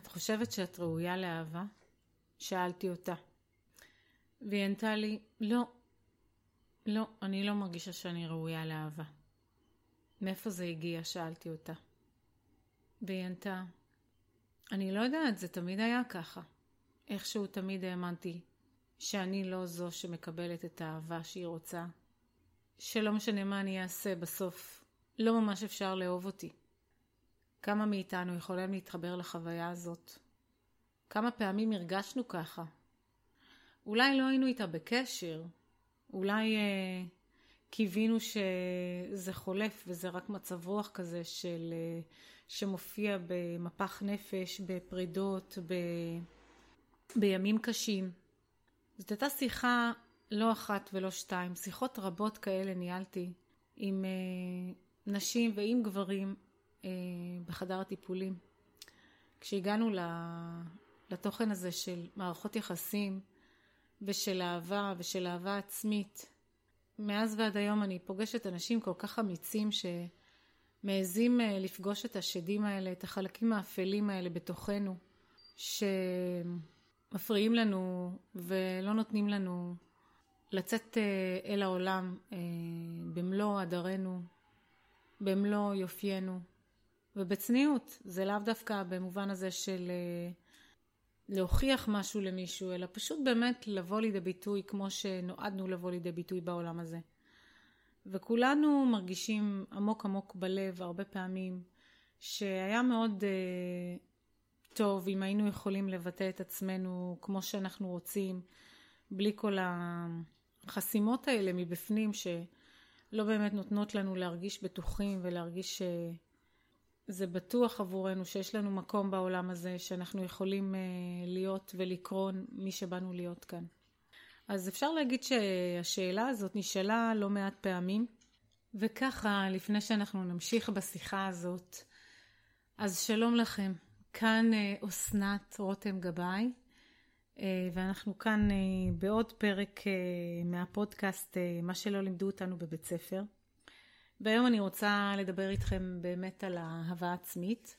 את חושבת שאת ראויה לאהבה? שאלתי אותה. והיא ענתה לי, לא, אני לא מרגישה שאני ראויה לאהבה. מאיפה זה הגיע? שאלתי אותה. והיא ענתה, אני לא יודעת, זה תמיד היה ככה. איכשהו תמיד האמנתי שאני לא זו שמקבלת את האהבה שהיא רוצה. שלא משנה מה אני אעשה בסוף, לא ממש אפשר לאהוב אותי. כמה מאיתנו יכולים להתחבר לחוויה הזאת? כמה פעמים הרגשנו ככה? אולי לא היינו איתה בקשר, אולי קיווינו שזה חולף וזה רק מצב רוח כזה שמופיע במפח נפש, בפרידות, בימים קשים. זאת הייתה שיחה לא אחת ולא שתיים, שיחות רבות כאלה ניהלתי עם נשים ועם גברים בחדר הטיפולים. כשהגענו לתוכן הזה של מערכות יחסים ושל אהבה ושל אהבה עצמית, מאז ועד היום אני פוגשת אנשים כל כך אמיצים שמעזים לפגוש את השדים האלה, את החלקים האפלים האלה בתוכנו, שמפריעים לנו ולא נותנים לנו לצאת אל העולם במלוא הדרנו, במלוא יופיינו, ובצניעות. זה לאו דווקא במובן הזה של להוכיח משהו למישהו, אלא פשוט באמת לבוא לידי ביטוי כמו שנועדנו לבוא לידי ביטוי בעולם הזה. וכולנו מרגישים עמוק עמוק בלב הרבה פעמים שהיה מאוד טוב אם היינו יכולים לבטא את עצמנו כמו שאנחנו רוצים, בלי כל החסימות האלה מבפנים שלא באמת נותנות לנו להרגיש בטוחים ולהרגיש זה בטוח עבורנו, שיש לנו מקום בעולם הזה, שאנחנו יכולים להיות ולקרון מי שבאנו להיות כאן. אז אפשר להגיד שהשאלה הזאת נשאלה לא מעט פעמים, וככה לפני שאנחנו נמשיך בשיחה הזאת, אז שלום לכם, כאן אסנת רותם גבאי, ואנחנו כאן בעוד פרק מהפודקאסט מה שלא לימדו אותנו בבית ספר. והיום אני רוצה לדבר איתכם באמת על האהבה עצמית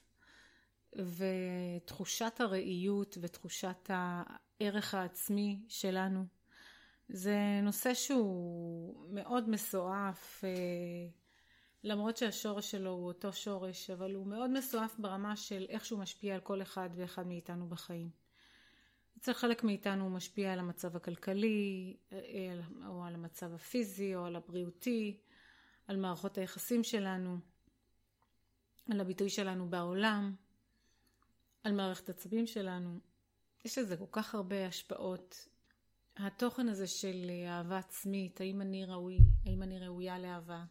ותחושת הראיות ותחושת הערך העצמי שלנו. זה נושא שהוא מאוד מסועף, למרות שהשורש שלו הוא אותו שורש, אבל הוא מאוד מסועף ברמה של איך שהוא משפיע על כל אחד ואחד מאיתנו בחיים. אצל חלק מאיתנו הוא משפיע על המצב הכלכלי, או על המצב הפיזי, או על הבריאותי, על מערכות היחסים שלנו, על הביטוי שלנו בעולם, על מערכת עצבים שלנו. יש לזה כל כך הרבה השפעות. התוכן הזה של אהבה עצמית, האם אני ראוי, האם אני ראויה לאהבה.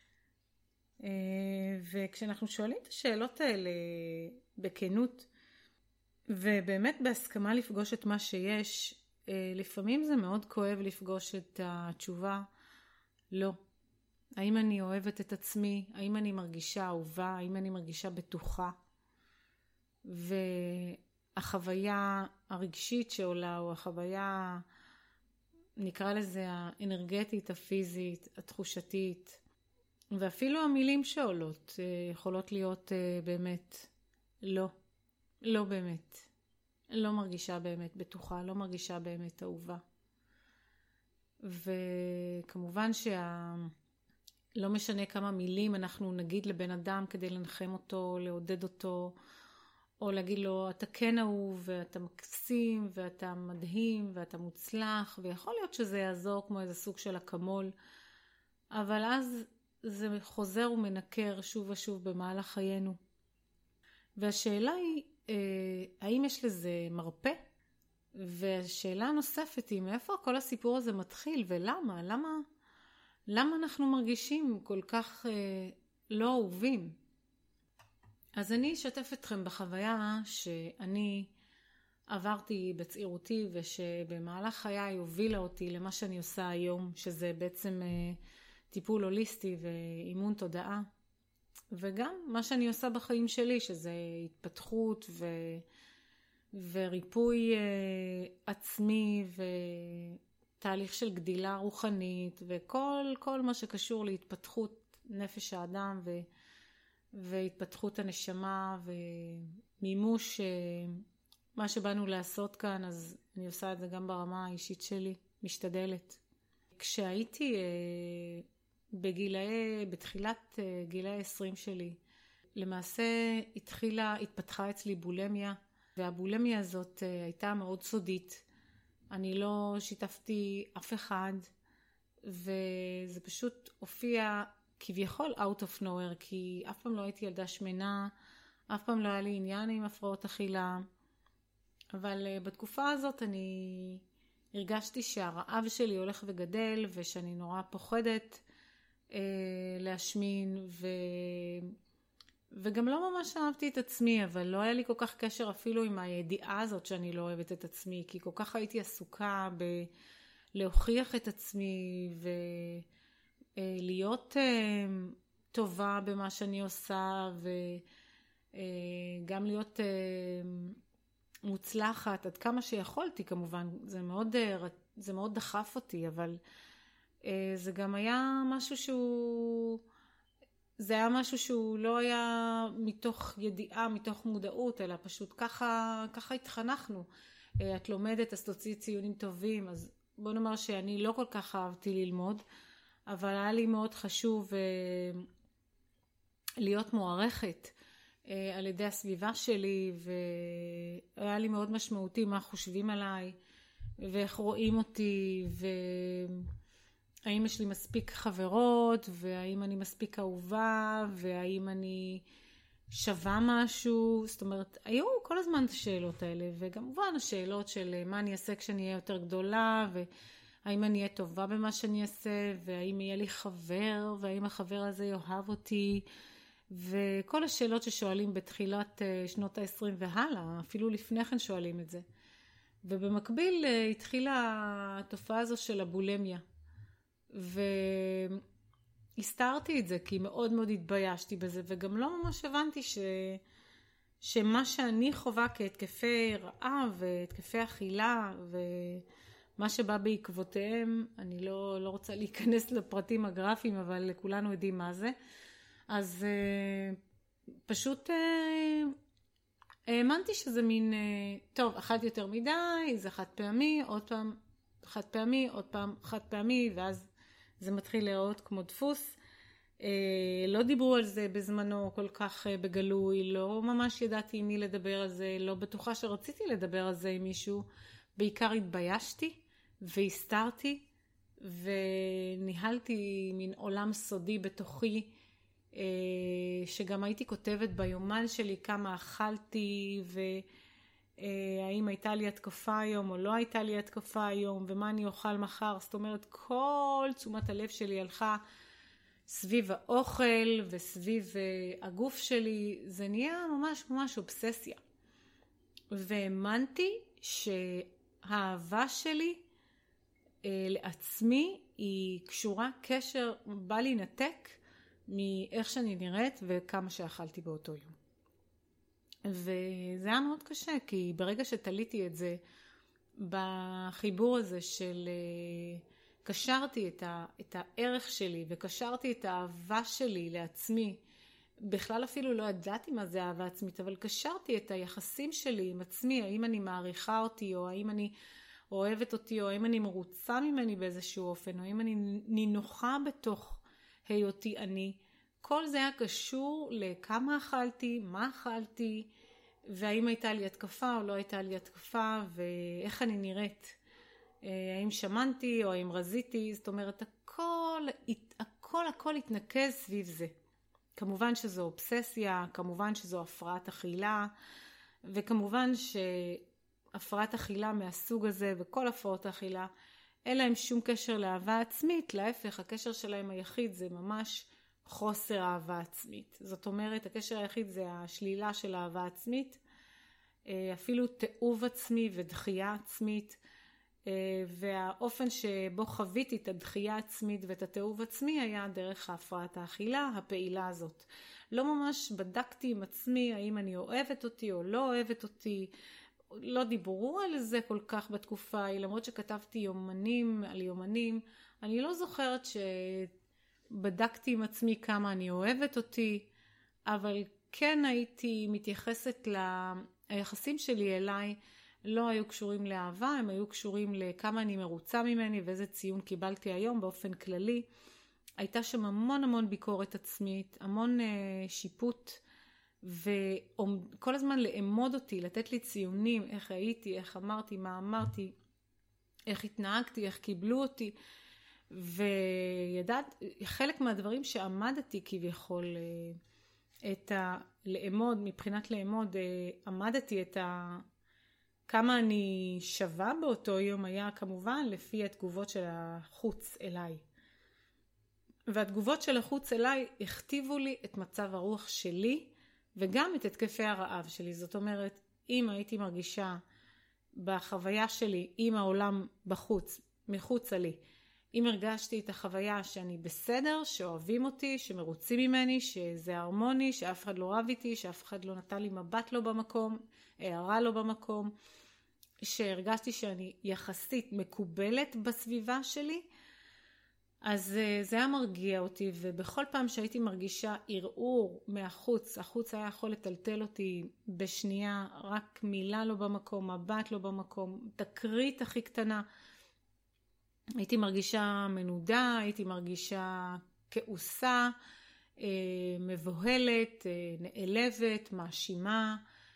וכשאנחנו שואלים את השאלות האלה בכנות, ובאמת בהסכמה לפגוש את מה שיש, לפעמים זה מאוד כואב לפגוש את התשובה, לא. האם אני אוהבת את עצמי? האם אני מרגישה אהובה? האם אני מרגישה בטוחה? והחוויה הרגשית שעולה, או החוויה, נקרא לזה האנרגטית, הפיזית, התחושתית, ואפילו המילים שעולות, יכולות להיות באמת לא באמת. לא מרגישה באמת בטוחה, לא מרגישה באמת אהובה. וכמובן לא משנה כמה מילים אנחנו נגיד לבן אדם כדי לנחם אותו, לעודד אותו, או להגיד לו, אתה כן אהוב, ואתה מקסים, ואתה מדהים, ואתה מוצלח, ויכול להיות שזה יעזור כמו איזה סוג של אקמול, אבל אז זה חוזר ומנקר שוב ושוב במהלך חיינו. והשאלה היא, האם יש לזה מרפא? והשאלה הנוספת היא, מאיפה כל הסיפור הזה מתחיל, ולמה? למה אנחנו מרגישים כל כך לא אהובים? אז אני אשתף אתכם בחוויה שאני עברתי בצעירותי, ושבמהלך חיי הובילה אותי למה שאני עושה היום, שזה בעצם טיפול הוליסטי ואימון תודעה. וגם מה שאני עושה בחיים שלי, שזה התפתחות וריפוי עצמי תהליך של גדילה רוחנית, וכל מה שקשור להתפתחות נפש האדם והתפתחות הנשמה מימוש מה שבאנו לעשות כאן, אז אני עושה את זה גם ברמה האישית שלי, משתדלת. כשהייתי בתחילת גילאי 20 שלי, למעשה התפתחה אצלי בולמיה, והבולמיה הזאת הייתה מאוד סודית. אני לא שיתפתי אף אחד, וזה פשוט הופיע כביכול out of nowhere, כי אף פעם לא הייתי ילדה שמנה, אף פעם לא היה לי עניין עם הפרעות אכילה, אבל בתקופה הזאת אני הרגשתי שהרעב שלי הולך וגדל, ושאני נורא פוחדת להשמין, וגם לא ממש אהבתי את עצמי, אבל לא היה לי כל כך קשר אפילו עם הידיעה הזאת שאני לא אוהבת את עצמי, כי כל כך הייתי עסוקה להוכיח את עצמי ולהיות טובה במה שאני עושה, וגם להיות מוצלחת עד כמה שיכולתי. כמובן זה מאוד דחף אותי, אבל זה גם היה משהו שהוא לא היה מתוך ידיעה, מתוך מודעות, אלא פשוט ככה התחנכנו. את לומדת, אז תוציא ציונים טובים. אז בוא נאמר שאני לא כל כך אהבתי ללמוד, אבל היה לי מאוד חשוב להיות מוערכת על ידי הסביבה שלי, והיה לי מאוד משמעותי מה חושבים עליי, ואיך רואים אותי, האם יש לי מספיק חברות, והאם אני מספיק אהובה, והאם אני שווה משהו. זאת אומרת, היו כל הזמן את השאלות האלה, וכמובן השאלות של מה אני אעשה כשאני אהיה יותר גדולה, והאם אני אהיה טובה במה שאני אעשה, והאם יהיה לי חבר, והאם החבר הזה יאהב אותי, וכל השאלות ששואלים בתחילת שנות ה-20 והלאה, אפילו לפני כן שואלים את זה. ובמקביל התחילה התופעה הזו של הבולמיה. והסתרתי את זה כי מאוד מאוד התביישתי בזה, וגם לא ממש הבנתי שמה שאני חווה כהתקפי רעב והתקפי אכילה ומה שבא בעקבותיהם, אני לא רוצה להיכנס לפרטים הגרפיים, אבל לכולנו יודעים מה זה. אז פשוט האמנתי שזה מין, טוב, אכלתי יותר מדי, זה חד פעמי, עוד פעם חד פעמי, עוד פעם חד פעמי, ואז זה מתחיל להיראות כמו דפוס. לא דיברו על זה בזמנו כל כך בגלוי, לא ממש ידעתי עם מי לדבר על זה, לא בטוחה שרציתי לדבר על זה עם מישהו. בעיקר התביישתי והסתרתי, וניהלתי מין עולם סודי בתוכי, שגם הייתי כותבת ביומן שלי כמה אכלתי, והאם הייתה לי התקפה היום או לא הייתה לי התקפה היום, ומה אני אוכל מחר. זאת אומרת, כל תשומת הלב שלי הלכה סביב האוכל וסביב הגוף שלי. זה נהיה ממש ממש אובססיה. והאמנתי שהאהבה שלי לעצמי היא קשורה קשר בא להינתק מאיך שאני נראית וכמה שאכלתי באותו יום. וזה היה מאוד קשה, כי ברגע שתליתי את זה בחיבור הזה של קשרתי את הערך שלי וקשרתי את האהבה שלי לעצמי, בכלל אפילו לא ידעתי מה זה אהבה עצמית, אבל קשרתי את היחסים שלי עם עצמי, האם אני מעריכה אותי, או האם אני אוהבת אותי, או האם אני מרוצה ממני באיזשהו אופן, או האם אני נינוחה בתוך היותי אני. כל זה היה קשור לכמה אכלתי, מה אכלתי, והאם הייתה לי התקפה או לא הייתה לי התקפה, ואיך אני נראית. האם שמנתי או האם רזיתי. זאת אומרת, הכל התנקז סביב זה. כמובן שזו אובססיה, כמובן שזו הפרעת אכילה, וכמובן שהפרעת אכילה מהסוג הזה וכל הפרעות האכילה, אין להם שום קשר לאהבה עצמית. להפך, הקשר שלהם היחיד זה ממש חוסר אהבה עצמית. זאת אומרת, הקשר היחיד זה השלילה של אהבה עצמית, אפילו תיעוב עצמי ודחייה עצמית, והאופן שבו חוויתי את הדחייה עצמית ואת התיעוב עצמי היה דרך הפרעת האכילה הפעילה הזאת. לא ממש בדקתי עם עצמי האם אני אוהבת אותי או לא אוהבת אותי. לא דיברו על זה כל כך בתקופה ההיא, למרות שכתבתי יומנים על יומנים. אני לא זוכרת שבדקתי עם עצמי כמה אני אוהבת אותי, אבל כן הייתי מתייחסת היחסים שלי אליי, לא היו קשורים לאהבה, הם היו קשורים לכמה אני מרוצה ממני ואיזה ציון קיבלתי היום באופן כללי. הייתה שם המון המון ביקורת עצמית, המון שיפוט, וכל הזמן לאמוד אותי, לתת לי ציונים, איך הייתי, איך אמרתי, מה אמרתי, איך התנהגתי, איך קיבלו אותי. וידעת, חלק מהדברים שעמדתי כביכול לאמוד, מבחינת לאמוד, עמדתי כמה אני שווה באותו יום, היה כמובן לפי התגובות של החוץ אליי. והתגובות של החוץ אליי הכתיבו לי את מצב הרוח שלי, וגם את התקפי הרעב שלי. זאת אומרת, אם הייתי מרגישה בחוויה שלי עם העולם בחוץ, מחוץ לי, אם הרגשתי את החוויה שאני בסדר, שאוהבים אותי, שמרוצים ממני, שזה הרמוני, שאף אחד לא רב איתי, שאף אחד לא נתן לי מבט לא במקום, הערה לא במקום, שהרגשתי שאני יחסית מקובלת בסביבה שלי, אז זה היה מרגיע אותי, ובכל פעם שהייתי מרגישה ערעור מהחוץ, החוץ היה יכול לטלטל אותי בשנייה, רק מילה לא במקום, מבט לא במקום, תקרית הכי קטנה, הייתי מרגישה מנודה, הייתי מרגישה כעוסה, מבוהלת, נעלבת, מאשימה,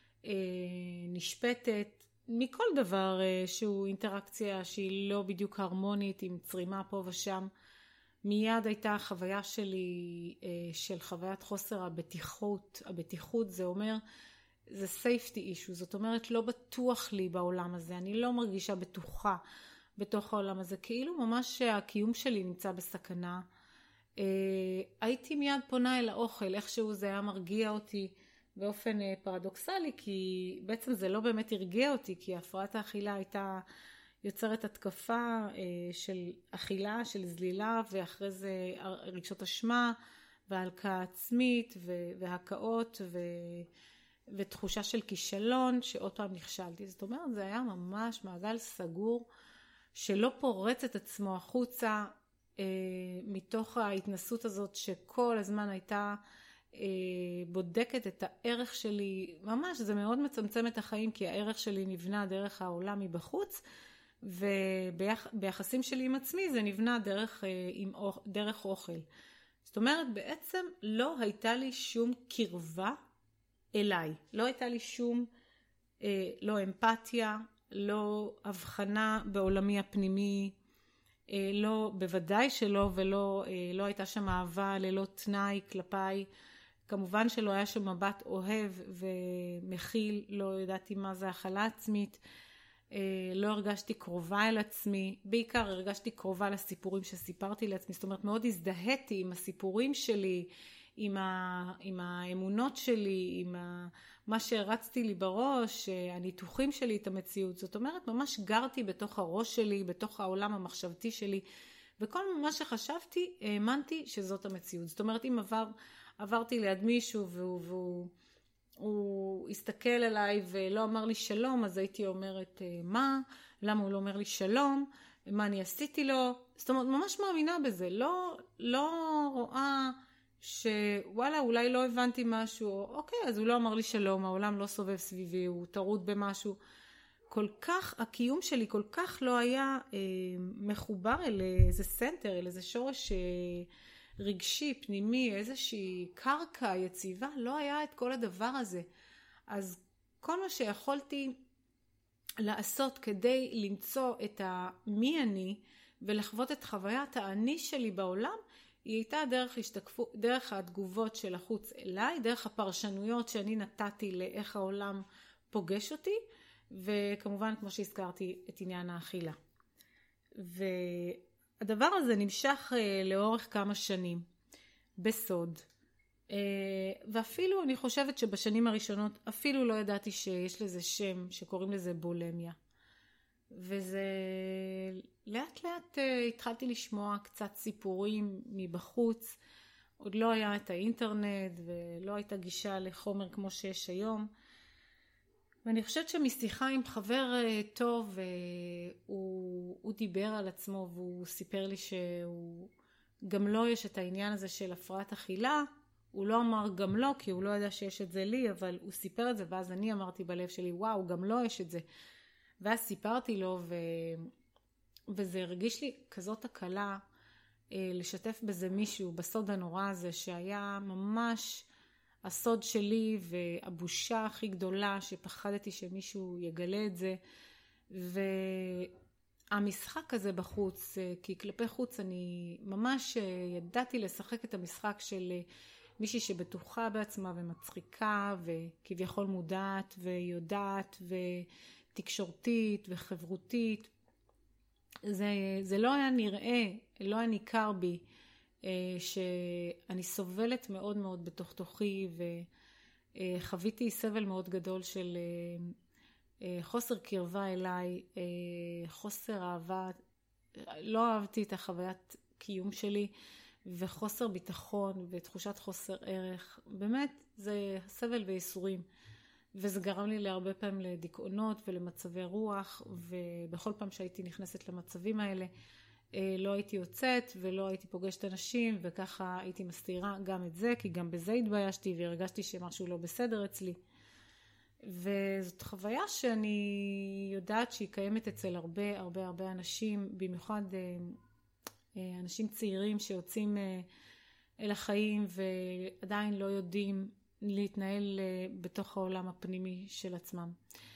נשפטת, מכל דבר שהוא אינטראקציה שהיא לא בדיוק הרמונית, עם צרימה פה ושם. מיד הייתה החוויה שלי של חוויית חוסר הבטיחות. הבטיחות זה אומר, זה safety issue, זאת אומרת לא בטוח לי בעולם הזה, אני לא מרגישה בטוחה בתוך העולם הזה, כאילו ממש הקיום שלי נמצא בסכנה. הייתי מיד פונה אל האוכל, איכשהו זה היה מרגיע אותי באופן פרדוקסלי, כי בעצם זה לא באמת הרגיע אותי, כי הפרעת האכילה הייתה יוצרת התקפה של אכילה, של זלילה, ואחרי זה רגשות אשמה והלקאה עצמית והקאות ותחושה של כישלון שעוד פעם נכשלתי. זאת אומרת, זה היה ממש מעגל סגור שלא פורץ את עצמו החוצה מתוך ההתנסות הזאת שכל הזמן הייתה בודקת את הערך שלי. ממש זה מאוד מצמצם את החיים, כי הערך שלי נבנה דרך העולם מבחוץ, וביחסים שלי עם עצמי זה נבנה דרך אוכל. זאת אומרת, בעצם לא הייתה לי שום קרבה אליי, לא הייתה לי שום לא אמפתיה, לא הבחנה בעולמי הפנימי, לא, בוודאי שלא, ולא לא הייתה שם אהבה ללא תנאי כלפיי. כמובן שלא היה שם מבט אוהב ומכיל, לא ידעתי מה זה הכלה עצמית, לא הרגשתי קרובה אל עצמי, בעיקר הרגשתי קרובה לסיפורים שסיפרתי לעצמי, זאת אומרת מאוד הזדהיתי עם הסיפורים שלי, עם האמונות שלי, עם מה שהרצתי לי בראש, הניתוחים שלי את המציאות. זאת אומרת, ממש גרתי בתוך הראש שלי, בתוך העולם המחשבתי שלי, וכל מה שחשבתי, האמנתי שזאת המציאות. זאת אומרת, אם עברתי ליד מישהו והוא הסתכל עליי ולא אמר לי שלום, אז הייתי אומרת, מה? למה הוא לא אומר לי שלום? מה אני עשיתי לו? זאת אומרת, ממש מאמינה בזה. לא רואה שוואלה, אולי לא הבנתי משהו, אוקיי, אז הוא לא אמר לי שלום, העולם לא סובב סביבי, הוא טרוד במשהו. כל כך, הקיום שלי כל כך לא היה מחובר אל איזה סנטר, אל איזה שורש רגשי, פנימי, איזושהי קרקע יציבה, לא היה את כל הדבר הזה. אז כל מה שיכולתי לעשות כדי למצוא את מי אני, ולחוות את חוויית האני שלי בעולם, היא הייתה דרך התגובות של החוץ אליי, דרך הפרשנויות שאני נתתי לאיך העולם פוגש אותי, וכמובן כמו שהזכרתי את עניין האכילה. והדבר הזה נמשך לאורך כמה שנים, בסוד. ואפילו אני חושבת שבשנים הראשונות אפילו לא ידעתי שיש לזה שם שקוראים לזה בולמיה. וזה לאט לאט התחלתי לשמוע קצת סיפורים מבחוץ, עוד לא היה את האינטרנט ולא הייתה גישה לחומר כמו שיש היום, ואני חושבת שמשיחה עם חבר טוב, הוא דיבר על עצמו והוא סיפר לי שהוא גם לא יש את העניין הזה של הפרעת אכילה, הוא לא אמר גם לא, כי הוא לא ידע שיש את זה לי, אבל הוא סיפר את זה, ואז אני אמרתי בלב שלי, וואו, גם לא יש את זה. ואז סיפרתי לו, וזה הרגיש לי כזאת הקלה, לשתף בזה מישהו, בסוד הנורא הזה, שהיה ממש הסוד שלי, והבושה הכי גדולה, שפחדתי שמישהו יגלה את זה, והמשחק הזה בחוץ, כי כלפי חוץ אני ממש ידעתי לשחק את המשחק של מישהי שבטוחה בעצמה ומצחיקה וכביכול מודעת ויודעת ותקשורתית וחברותית. זה לא היה נראה, לא היה ניכר בי שאני סובלת מאוד מאוד בתוך תוכי, וחוויתי סבל מאוד גדול של חוסר קרבה אליי, חוסר אהבה, לא אהבתי את החוויית קיום שלי, וחוסר ביטחון ותחושת חוסר ערך. באמת זה סבל וייסורים, וזה גרם לי להרבה פעמים לדיכאונות ולמצבי רוח, ובכל פעם שהייתי נכנסת למצבים האלה לא הייתי יוצאת ולא הייתי פוגשת אנשים, וככה הייתי מסתירה גם את זה, כי גם בזה התביישתי והרגשתי שמשהו לא בסדר אצלי. וזאת חוויה שאני יודעת שהיא קיימת אצל הרבה הרבה הרבה אנשים, במיוחד אנשים צעירים שיוצאים אל החיים ועדיין לא יודעים להתנהל בתוך העולם הפנימי של עצמם.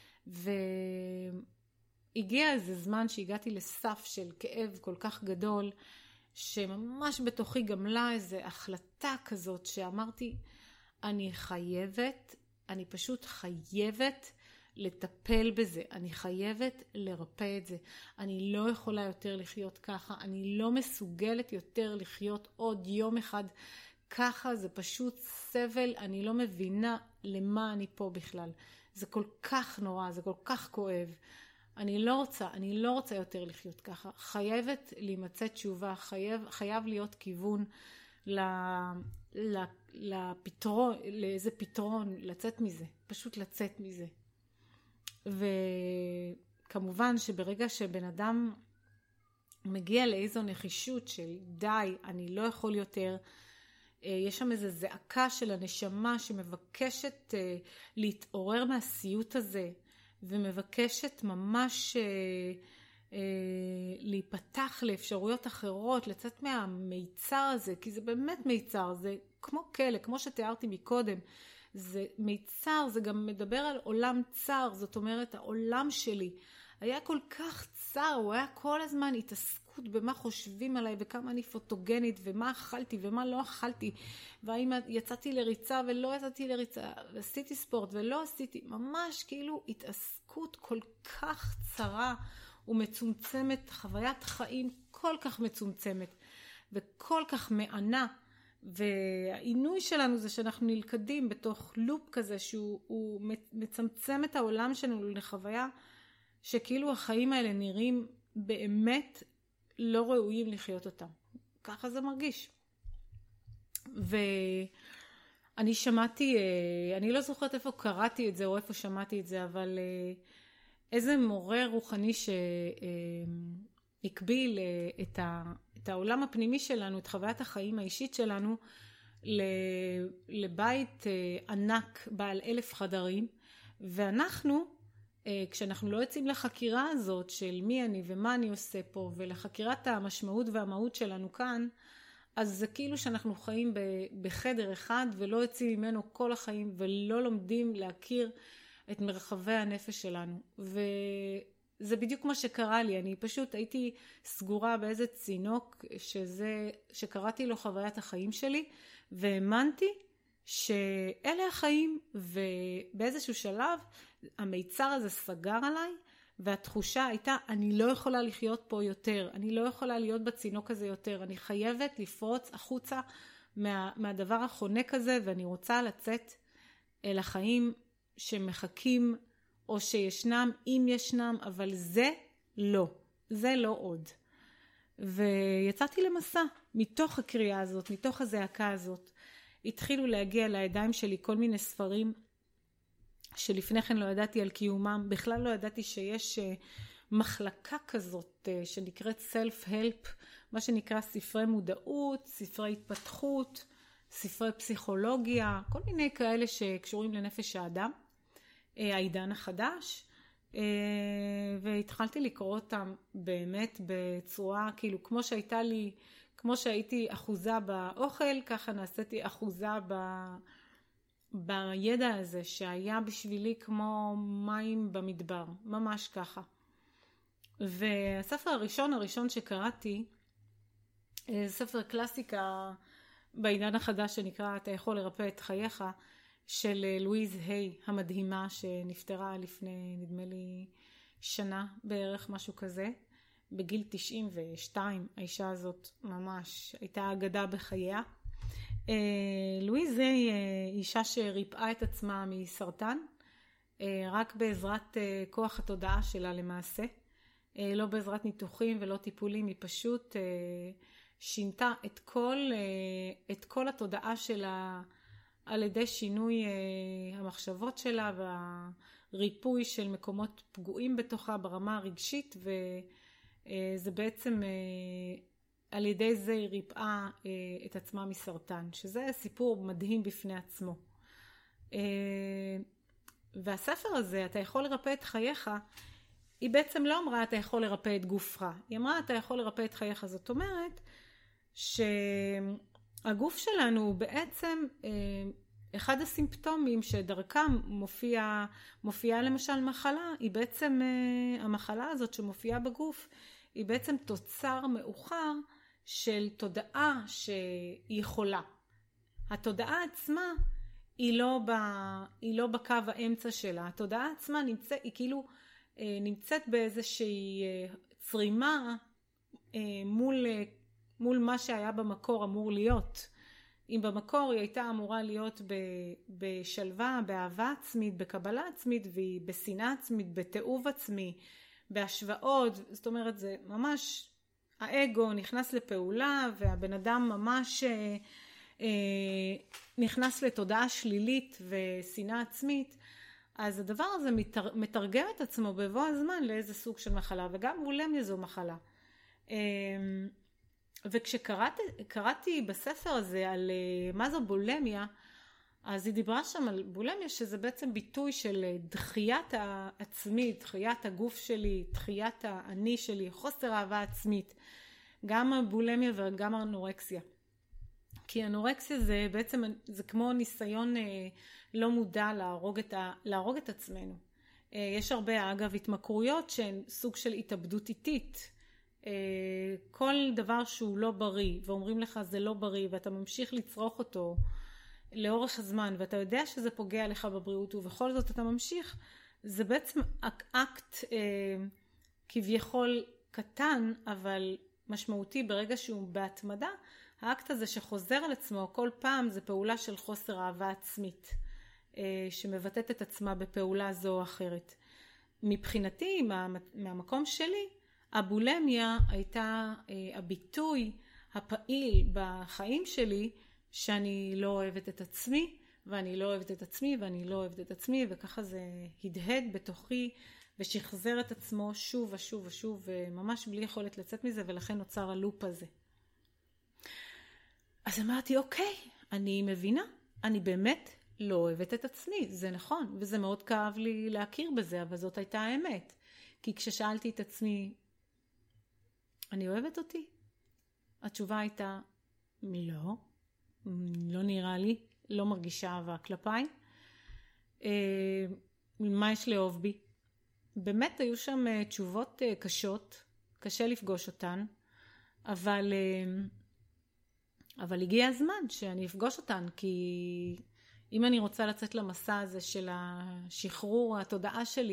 והגיע איזה זמן שהגעתי לסף של כאב כל כך גדול, שממש בתוכי גמלה איזו החלטה כזאת שאמרתי, אני פשוט חייבת לטפל בזה, אני חייבת לרפא את זה, אני לא יכולה יותר לחיות ככה, אני לא מסוגלת יותר לחיות עוד יום אחד ככה, זה פשוט סבל, אני לא מבינה למה אני פה בכלל, זה כל כך נורא, זה כל כך כואב, אני לא רוצה יותר לחיות ככה, חייבת להימצא תשובה, חייב להיות כיוון לפתרון, לאיזה פתרון, לצאת מזה, פשוט לצאת מזה. וכמובן שברגע שבן אדם מגיע לאיזו נחישות של די, אני לא יכול יותר, יש שם איזו זעקה של הנשמה שמבקשת להתעורר מהסיוט הזה, ומבקשת ממש להיפתח לאפשרויות אחרות, לצאת מהמיצר הזה, כי זה באמת מיצר, זה כמו כלא, כמו שתיארתי מקודם, זה מיצר, זה גם מדבר על עולם צר, זאת אומרת העולם שלי היה כל כך צר, הוא היה כל הזמן התעסקות במה חושבים עליי וכמה אני פוטוגנית ומה אכלתי ומה לא אכלתי, והאם יצאתי לריצה ולא יצאתי לריצה, ועשיתי ספורט ולא עשיתי, ממש כאילו התעסקות כל כך צרה ומצומצמת, חוויית חיים כל כך מצומצמת וכל כך מענה. והעינוי שלנו זה שאנחנו נלכדים בתוך לופ כזה שהוא מצמצם את העולם שלנו לחוויה שכאילו החיים האלה נראים באמת לא ראויים לחיות אותם. ככה זה מרגיש. ואני שמעתי, אני לא זוכרת איפה קראתי את זה או איפה שמעתי את זה, אבל איזה מורה רוחני שהקביל את העולם הפנימי שלנו, את חוויית החיים האישית שלנו, לבית ענק בעל 1000 חדרים, ואנחנו, כשאנחנו לא יוצאים לחקירה הזאת של מי אני ומה אני עושה פה, ולחקירת המשמעות והמהות שלנו כאן, אז זה כאילו שאנחנו חיים בחדר אחד, ולא יוצאים ממנו כל החיים, ולא לומדים להכיר את מרחבי הנפש שלנו. זה בדיוק מה שקרה לי, אני פשוט הייתי סגורה באיזה צינוק שקראתי לו חוויית החיים שלי, והאמנתי שאלה החיים, ובאיזשהו שלב המיצר הזה סגר עליי, והתחושה הייתה אני לא יכולה לחיות פה יותר, אני לא יכולה להיות בצינוק הזה יותר, אני חייבת לפרוץ החוצה מהדבר החונק הזה, ואני רוצה לצאת אל החיים שמחכים או שישנם, אם ישנם, אבל זה לא עוד. ויצאתי למסע, מתוך הקריאה הזאת, מתוך הזעקה הזאת, התחילו להגיע לידיים שלי כל מיני ספרים, שלפני כן לא ידעתי על קיומם, בכלל לא ידעתי שיש מחלקה כזאת שנקראת self-help, מה שנקרא ספרי מודעות, ספרי התפתחות, ספרי פסיכולוגיה, כל מיני כאלה שקשורים לנפש האדם, העידן החדש, והתחלתי לקרוא אותם באמת בצורה, כאילו כמו שהייתי אחוזה באוכל, ככה נעשיתי אחוזה בידע הזה שהיה בשבילי כמו מים במדבר, ממש ככה. והספר הראשון שקראתי, ספר קלאסיקה בעידן החדש שנקרא אתה יכול לרפא את חייך, של לואיז היי המדהימה, שנפטרה לפני נדמה לי שנה בערך, משהו כזה, בגיל 92. האישה הזאת ממש הייתה אגדה בחייה. לואיז היי אישה שריפאה את עצמה מסרטן, רק בעזרת כוח התודעה שלה למעשה, לא בעזרת ניתוחים ולא טיפולים. היא פשוט שינתה את כל התודעה שלה על ידי שינוי המחשבות שלה והריפוי של מקומות פגועים בתוכה ברמה הרגשית, וזה בעצם על ידי זה היא ריפאה את עצמה מסרטן, שזה סיפור מדהים בפני עצמו. והספר הזה, אתה יכול לרפא את חייך, היא בעצם לא אמרה אתה יכול לרפא את גופך, היא אמרה אתה יכול לרפא את חייך. זאת אומרת שהגוף שלנו הוא בעצם אחד הסימפטומים שדרכם מופיעה למשל מחלה. היא בעצם, המחלה הזאת שמופיעה בגוף היא בעצם תוצר מאוחר של תודעה שהיא חולה. התודעה עצמה היא לא בקו האמצע שלה. התודעה עצמה היא כאילו נמצאת באיזושהי צרימה מול מה שהיה במקור אמור להיות. אם במקור היא הייתה אמורה להיות בשלווה, באהבה עצמית, בקבלה עצמית, והיא בשנאה עצמית, בתיעוב עצמי, בהשוואות, זאת אומרת זה ממש האגו נכנס לפעולה, והבן אדם ממש נכנס לתודעה שלילית ושנאה עצמית. אז הדבר הזה מתרגם את עצמו בבוא הזמן לאיזה סוג של מחלה, וגם בולמיה זו מחלה. וכשקראתי בספר הזה על מה זו בולמיה, אז היא דיברה שם על בולמיה שזה בעצם ביטוי של דחיית העצמי, דחיית הגוף שלי, דחיית האני שלי, חוסר אהבה עצמית. גם הבולמיה וגם האנורקסיה. כי אנורקסיה זה בעצם, זה כמו ניסיון לא מודע להרוג את עצמנו. יש הרבה אגב התמכרויות שהן סוג של התאבדות איטית. כל דבר שהוא לא בריא ואומרים לך זה לא בריא ואתה ממשיך לצרוך אותו לאורך הזמן ואתה יודע שזה פוגע לך בבריאות ובכל זאת אתה ממשיך, זה בעצם אקט כביכול קטן אבל משמעותי ברגע שהוא בהתמדה. האקט הזה שחוזר על עצמו כל פעם זה פעולה של חוסר אהבה עצמית שמבטאת את עצמה בפעולה זו או אחרת. מבחינתי מהמקום שלי הבולמיה הייתה הביטוי הפעיל בחיים שלי שאני לא אוהבת את עצמי ואני לא אוהבת את עצמי ואני לא אוהבת את עצמי, וככה זה הדהד בתוכי ושחזר את עצמו שוב ושוב ושוב וממש בלי יכולת לצאת מזה, ולכן נוצר הלופ הזה. אז אמרתי אוקיי, אני מבינה, אני באמת לא אוהבת את עצמי, זה נכון, וזה מאוד כאב לי להכיר בזה, אבל זאת הייתה האמת. כי כששאלתי את עצמי אני אוהבת אותי? התשובה הייתה לא, לא נראה לי, לא מרגישה אהבה כלפיי. מה יש לאהוב בי? באמת היו שם תשובות קשות, קשה לפגוש אותן, אבל הגיע הזמן שאני אפגוש אותן, כי אם אני רוצה לצאת למסע הזה של השחרור התודעה שלי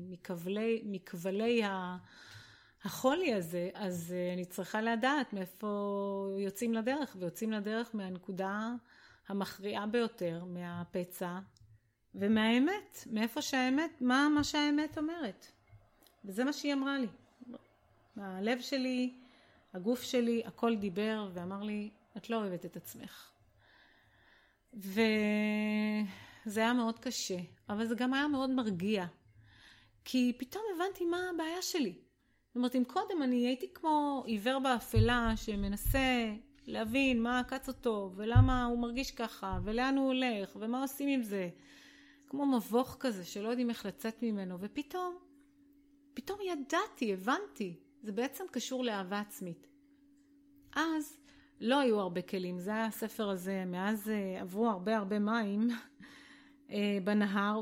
מכבלי החולי הזה, אז אני צריכה לדעת מאיפה יוצאים לדרך, ויוצאים לדרך מהנקודה המכריעה ביותר, מהפצע ומהאמת, מאיפה שהאמת, מה שהאמת אומרת. וזה מה שהיא אמרה לי. הלב שלי, הגוף שלי, הכל דיבר ואמר לי, את לא אוהבת את עצמך. וזה היה מאוד קשה, אבל זה גם היה מאוד מרגיע. כי פתאום הבנתי מה הבעיה שלי. זאת אומרת, אם קודם אני הייתי כמו עיוור באפלה שמנסה להבין מה עקץ אותו, ולמה הוא מרגיש ככה, ולאן הוא הולך, ומה עושים עם זה. כמו מבוך כזה שלא יודעים איך לצאת ממנו, ופתאום ידעתי, הבנתי. זה בעצם קשור לאהבה עצמית. אז לא היו הרבה כלים, זה היה הספר הזה, מאז עברו הרבה מים בנהר,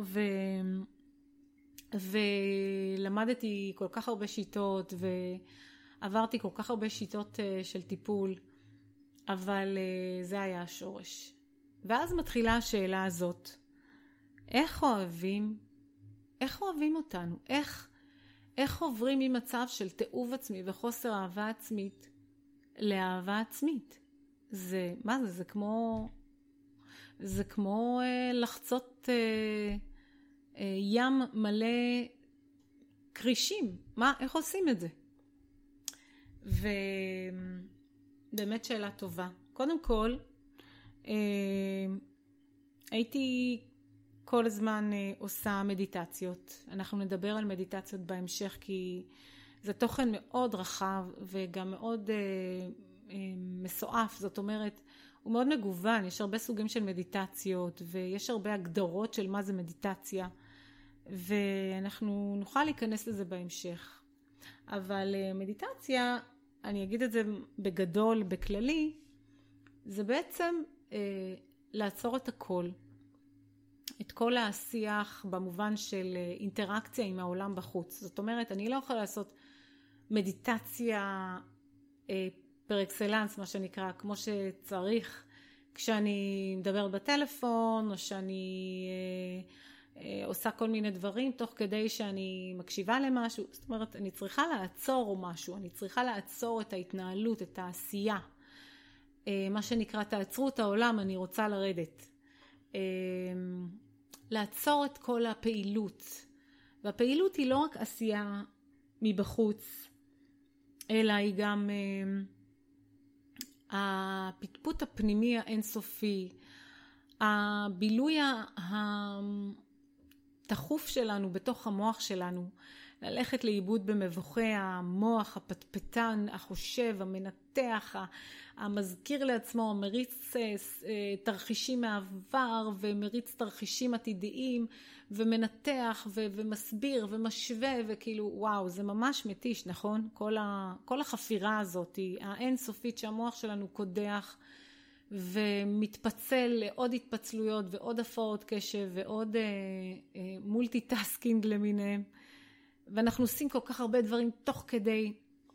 ולמדתי כל כך הרבה שיטות, ועברתי כל כך הרבה שיטות של טיפול, אבל זה היה השורש. ואז מתחילה השאלה הזאת, איך אוהבים אותנו? איך עוברים ממצב של תיעוב עצמי וחוסר אהבה עצמית לאהבה עצמית? מה זה? זה כמו לחצות ים מלא קרישים. איך עושים את זה? ובאמת שאלה טובה. קודם כל, הייתי כל הזמן עושה מדיטציות. אנחנו נדבר על מדיטציות בהמשך, כי זה תוכן מאוד רחב וגם מאוד מסועף. זאת אומרת, הוא מאוד מגוון. יש הרבה סוגים של מדיטציות, ויש הרבה הגדרות של מה זה מדיטציה, ואנחנו נוכל להיכנס לזה בהמשך. אבל מדיטציה, אני אגיד את זה בגדול, בכללי, זה בעצם לעצור את הכל. את כל השיח במובן של אינטראקציה עם העולם בחוץ. זאת אומרת, אני לא יכולה לעשות מדיטציה פר אקסלנס, מה שנקרא, כמו שצריך, כשאני מדברת בטלפון, או שאני עושה כל מיני דברים, תוך כדי שאני מקשיבה למשהו. זאת אומרת, אני צריכה לעצור משהו, אני צריכה לעצור את ההתנהלות, את העשייה. מה שנקרא, תעצרו את העולם, אני רוצה לרדת. לעצור את כל הפעילות. והפעילות היא לא רק עשייה מבחוץ, אלא היא גם הפטפוט הפנימי האינסופי, הבילוי התחוף שלנו בתוך המוח שלנו, ללכת לאיבוד במבוכי המוח, הפטפטן, החושב, המנתח, המזכיר לעצמו, מריץ תרחישים מהעבר ומריץ תרחישים עתידיים ומנתח ומסביר ומשווה, וכאילו וואו, זה ממש מתיש, נכון? כל החפירה הזאת האינסופית שהמוח שלנו קודח ומתפצל לעוד התפצלויות ועוד הפרעות קשב ועוד מולטיטאסקינג למיניהם, ואנחנו עושים כל כך הרבה דברים תוך כדי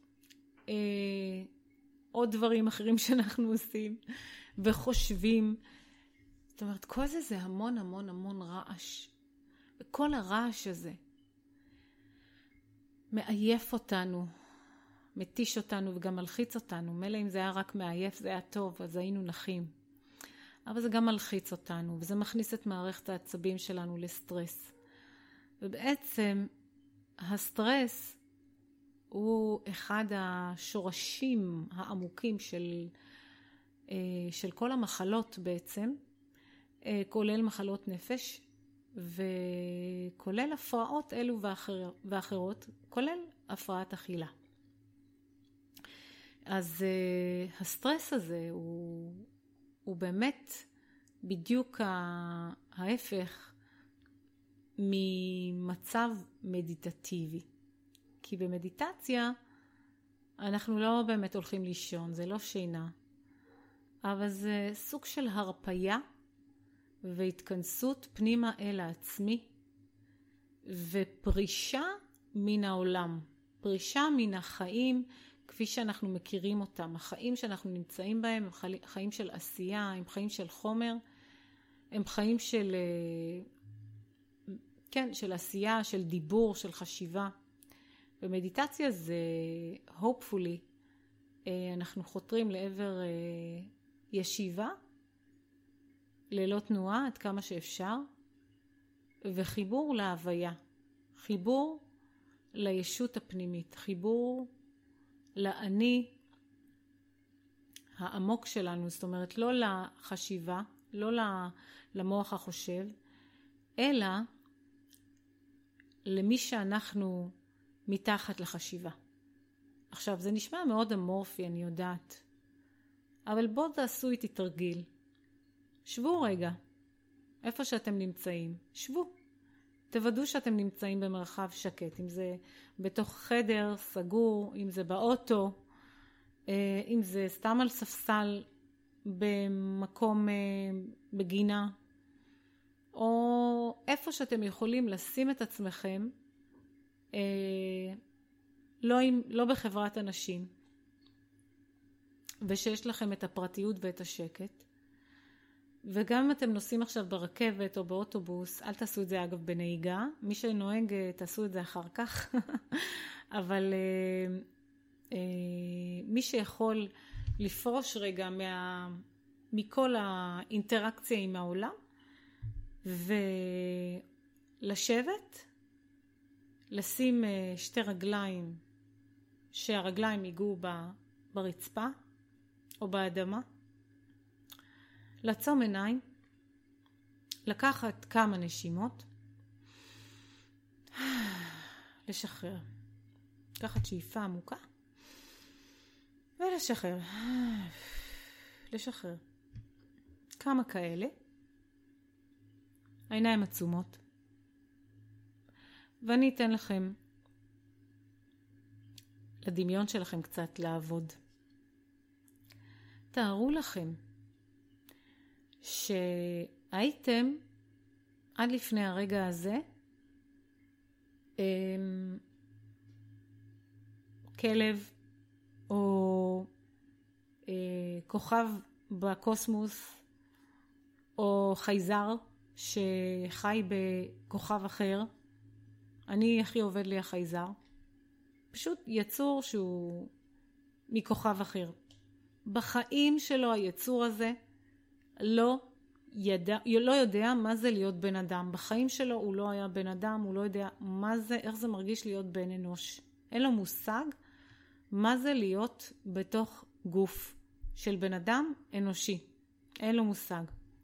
עוד דברים אחרים שאנחנו עושים וחושבים. זאת אומרת, כל זה המון המון המון רעש. וכל הרעש הזה מעייף אותנו, מתיש אותנו וגם מלחיץ אותנו. מילא אם זה היה רק מעייף, זה היה טוב, אז היינו נחים. אבל זה גם מלחיץ אותנו, וזה מכניס את מערכת העצבים שלנו לסטרס. ובעצם הסטרס הוא אחד השורשים העמוקים של כל המחלות בעצם, כולל מחלות נפש, וכולל הפרעות אלו ואחרות, כולל הפרעת אכילה. אז הסטרס הזה הוא באמת בדיוק ההפך ממצב מדיטטיבי. כי במדיטציה אנחנו לא באמת הולכים לישון, זה לא שינה, אבל זה סוג של הרפיה והתכנסות פנימה אל העצמי, ופרישה מן העולם, פרישה מן החיים כפי שאנחנו מכירים אותם. החיים שאנחנו נמצאים בהם הם חיים של עשייה, הם חיים של חומר, הם חיים של של עשייה, של דיבור, של חשיבה. במדיטציה זה hopefully אנחנו חותרים לעבר ישיבה ללא תנועה עד כמה שאפשר, וחיבור להוויה, חיבור לישות הפנימית, חיבור לאני העמוק שלנו. זאת אומרת, לא לחשיבה, לא למוח החושב, אלא למי שאנחנו מתחת לחשיבה. עכשיו, זה נשמע מאוד אמורפי, אני יודעת, אבל בואו תעשו איתי תרגיל. שבו רגע, איפה שאתם נמצאים, שבו. תוודאו שאתם נמצאים במרחב שקט, אם זה בתוך חדר סגור, אם זה באוטו, אם זה סתם על ספסל במקום בגינה, או איפה שאתם יכולים לשים את עצמכם, לא בחברת אנשים, ושיש לכם את הפרטיות ואת השקט. וגם אם אתם נוסעים עכשיו ברכבת או באוטובוס, אל תעשו את זה אגב בנהיגה, מי שנוהג תעשו את זה אחר כך, אבל מי שיכול לפרוש רגע מכל האינטראקציה עם העולם, ולשבת, לשים שתי רגליים, שהרגליים ייגעו ברצפה או באדמה, לעצום עיניים, לקחת כמה נשימות, לשחרר, לקחת שאיפה עמוקה, ולשחרר, לשחרר. כמה כאלה, העיניים עצומות, ואני אתן לכם, לדמיון שלכם קצת לעבוד. תארו לכם, שהייתם עד לפני הרגע הזה כלב או כוכב בקוסמוס או חייזר שחי בכוכב אחר. אני הכי עובד לי החייזר, פשוט יצור שהוא מכוכב אחר. בחיים שלו היצור הזה לא יודע מה זה להיות בן אדם. בחיים שלו הוא לא היה בן אדם, הוא לא יודע מה זה, איך זה מרגיש להיות בן אנוש. אין לו מושג מה זה להיות בתוך גוף של בן אדם אנושי. אין לו מושג.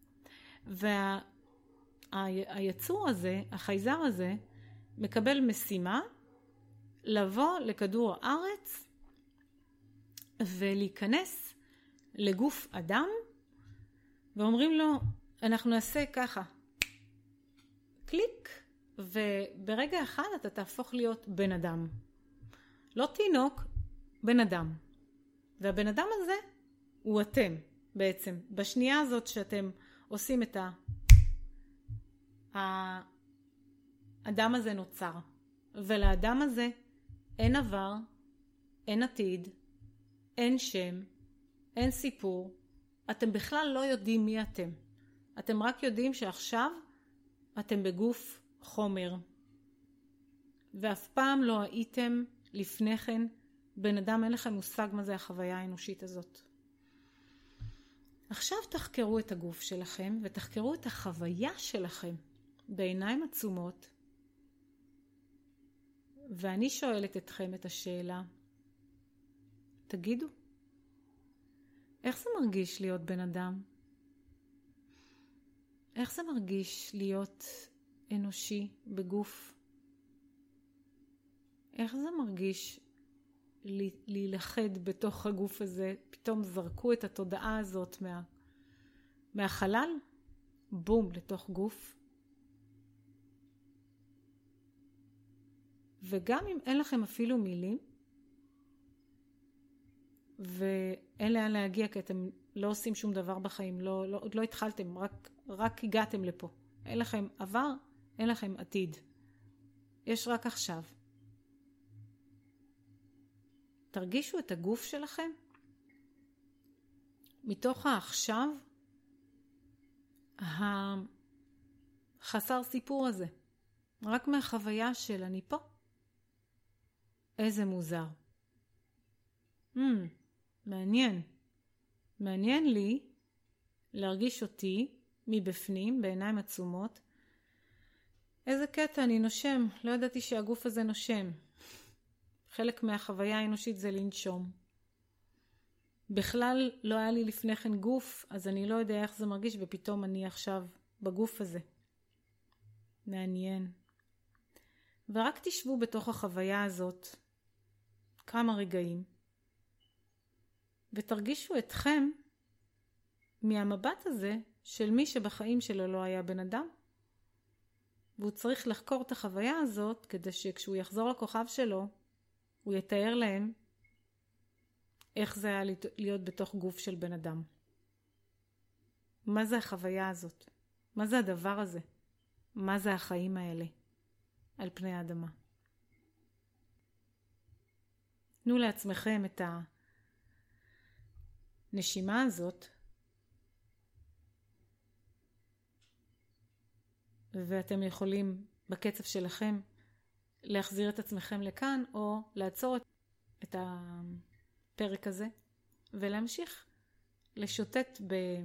והיצור הזה, החייזר הזה, מקבל משימה לבוא לכדור הארץ ולהיכנס לגוף אדם, ואומרים לו, אנחנו נעשה ככה, קליק, וברגע אחד אתה תהפוך להיות בן אדם. לא תינוק, בן אדם. והבן אדם הזה הוא אתם בעצם. בשנייה הזאת שאתם עושים את האדם הזה נוצר. ולאדם הזה אין עבר, אין עתיד, אין שם, אין סיפור. אתם בכלל לא יודעים מי אתם. אתם רק יודעים שעכשיו אתם בגוף חומר. ואף פעם לא הייתם לפני כן בן אדם, אין לכם מושג מה זה החוויה האנושית הזאת. עכשיו תחקרו את הגוף שלכם ותחקרו את החוויה שלכם בעיניים עצומות. ואני שואלת אתכם את השאלה, תגידו, איך זה מרגיש להיות בן אדם? איך זה מרגיש להיות אנושי בגוף? איך זה מרגיש להילכד בתוך הגוף הזה? פתאום זרקו את התודעה הזאת מהחלל, בום, לתוך גוף. וגם אם אין לכם אפילו מילים, ואין לאן להגיע, כי אתם לא עושים שום דבר בחיים, עוד לא התחלתם, רק הגעתם לפה. אין לכם עבר, אין לכם עתיד. יש רק עכשיו. תרגישו את הגוף שלכם מתוך העכשיו החסר סיפור הזה. רק מהחוויה של אני פה. איזה מוזר. מעניין. מעניין לי להרגיש אותי מבפנים, בעיניים עצומות. איזה קטע, אני נושם. לא ידעתי שהגוף הזה נושם. חלק מהחוויה האנושית זה לנשום. בכלל לא היה לי לפני כן גוף, אז אני לא יודע איך זה מרגיש, ופתאום אני עכשיו בגוף הזה. מעניין. ורק תשבו בתוך החוויה הזאת כמה רגעים, ותרגישו אתכם מהמבט הזה של מי שבחיים שלו לא היה בן אדם. והוא צריך לחקור את החוויה הזאת כדי שכשהוא יחזור לכוכב שלו, הוא יתאר להם איך זה היה להיות בתוך גוף של בן אדם. מה זה החוויה הזאת? מה זה הדבר הזה? מה זה החיים האלה על פני האדמה? תנו לעצמכם את הנשימה הזאת, ואתם יכולים בקצב שלכם להחזיר את עצמכם לכאן, או לעצור את הפרק הזה, ולהמשיך לשוטט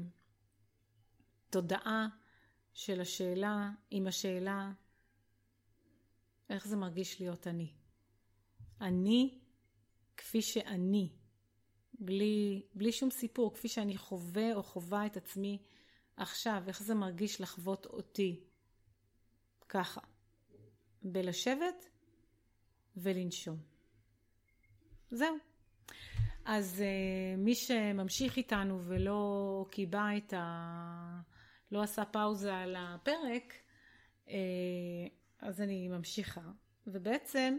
בתודעה של השאלה, עם השאלה, איך זה מרגיש להיות אני? אני כפי שאני, בלי שום סיפור, כפי שאני חווה או חווה את עצמי עכשיו, איך זה מרגיש לחוות אותי ככה, בלשבת ולנשום. זהו. אז מי שממשיך איתנו ולא קיבה לא עשה פאוזה על הפרק, אז אני ממשיכה. ובעצם